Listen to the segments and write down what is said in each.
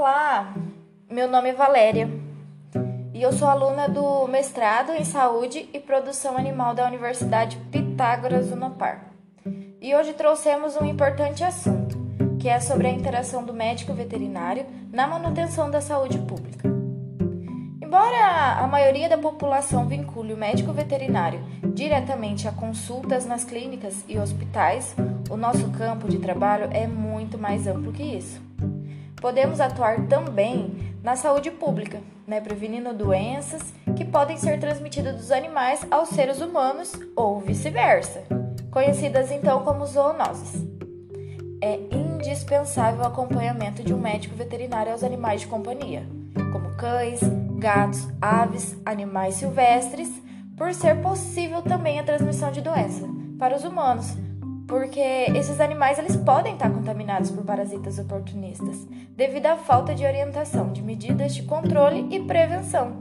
Olá, meu nome é Valéria e eu sou aluna do mestrado em Saúde e Produção Animal da Universidade Pitágoras Unopar. E hoje trouxemos um importante assunto, que é sobre a interação do médico veterinário na manutenção da saúde pública. Embora a maioria da população vincule o médico veterinário diretamente a consultas nas clínicas e hospitais, o nosso campo de trabalho é muito mais amplo que isso. Podemos atuar também na saúde pública, prevenindo doenças que podem ser transmitidas dos animais aos seres humanos ou vice-versa, conhecidas então como zoonoses. É indispensável o acompanhamento de um médico veterinário aos animais de companhia, como cães, gatos, aves, animais silvestres, por ser possível também a transmissão de doença para os humanos, porque esses animais eles podem estar contaminados por parasitas oportunistas, devido à falta de orientação de medidas de controle e prevenção.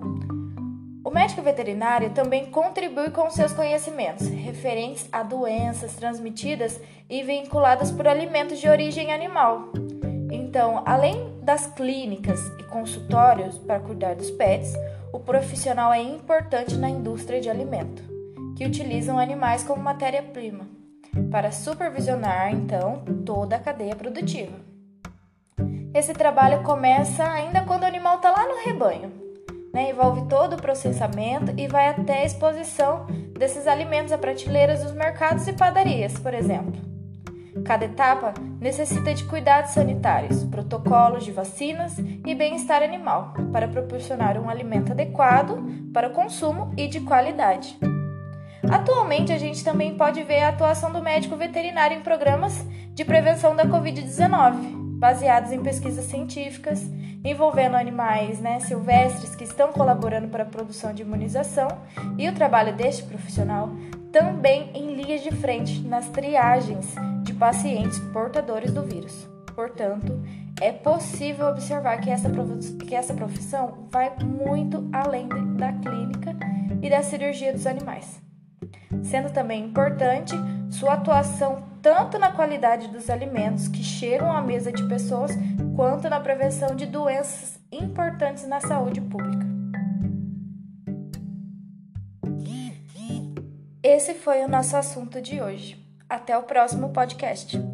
O médico veterinário também contribui com seus conhecimentos referentes a doenças transmitidas e vinculadas por alimentos de origem animal. Então, além das clínicas e consultórios para cuidar dos pets, o profissional é importante na indústria de alimento, que utilizam animais como matéria-prima, para supervisionar, então, toda a cadeia produtiva. Esse trabalho começa ainda quando o animal está lá no rebanho, envolve todo o processamento e vai até a exposição desses alimentos a prateleiras dos mercados e padarias, por exemplo. Cada etapa necessita de cuidados sanitários, protocolos de vacinas e bem-estar animal para proporcionar um alimento adequado para o consumo e de qualidade. Atualmente, a gente também pode ver a atuação do médico veterinário em programas de prevenção da Covid-19, baseados em pesquisas científicas, envolvendo animais silvestres que estão colaborando para a produção de imunização, e o trabalho deste profissional também em linhas de frente nas triagens de pacientes portadores do vírus. Portanto, é possível observar que essa profissão vai muito além da clínica e da cirurgia dos animais, sendo também importante sua atuação tanto na qualidade dos alimentos que chegam à mesa de pessoas, quanto na prevenção de doenças importantes na saúde pública. Esse foi o nosso assunto de hoje. Até o próximo podcast.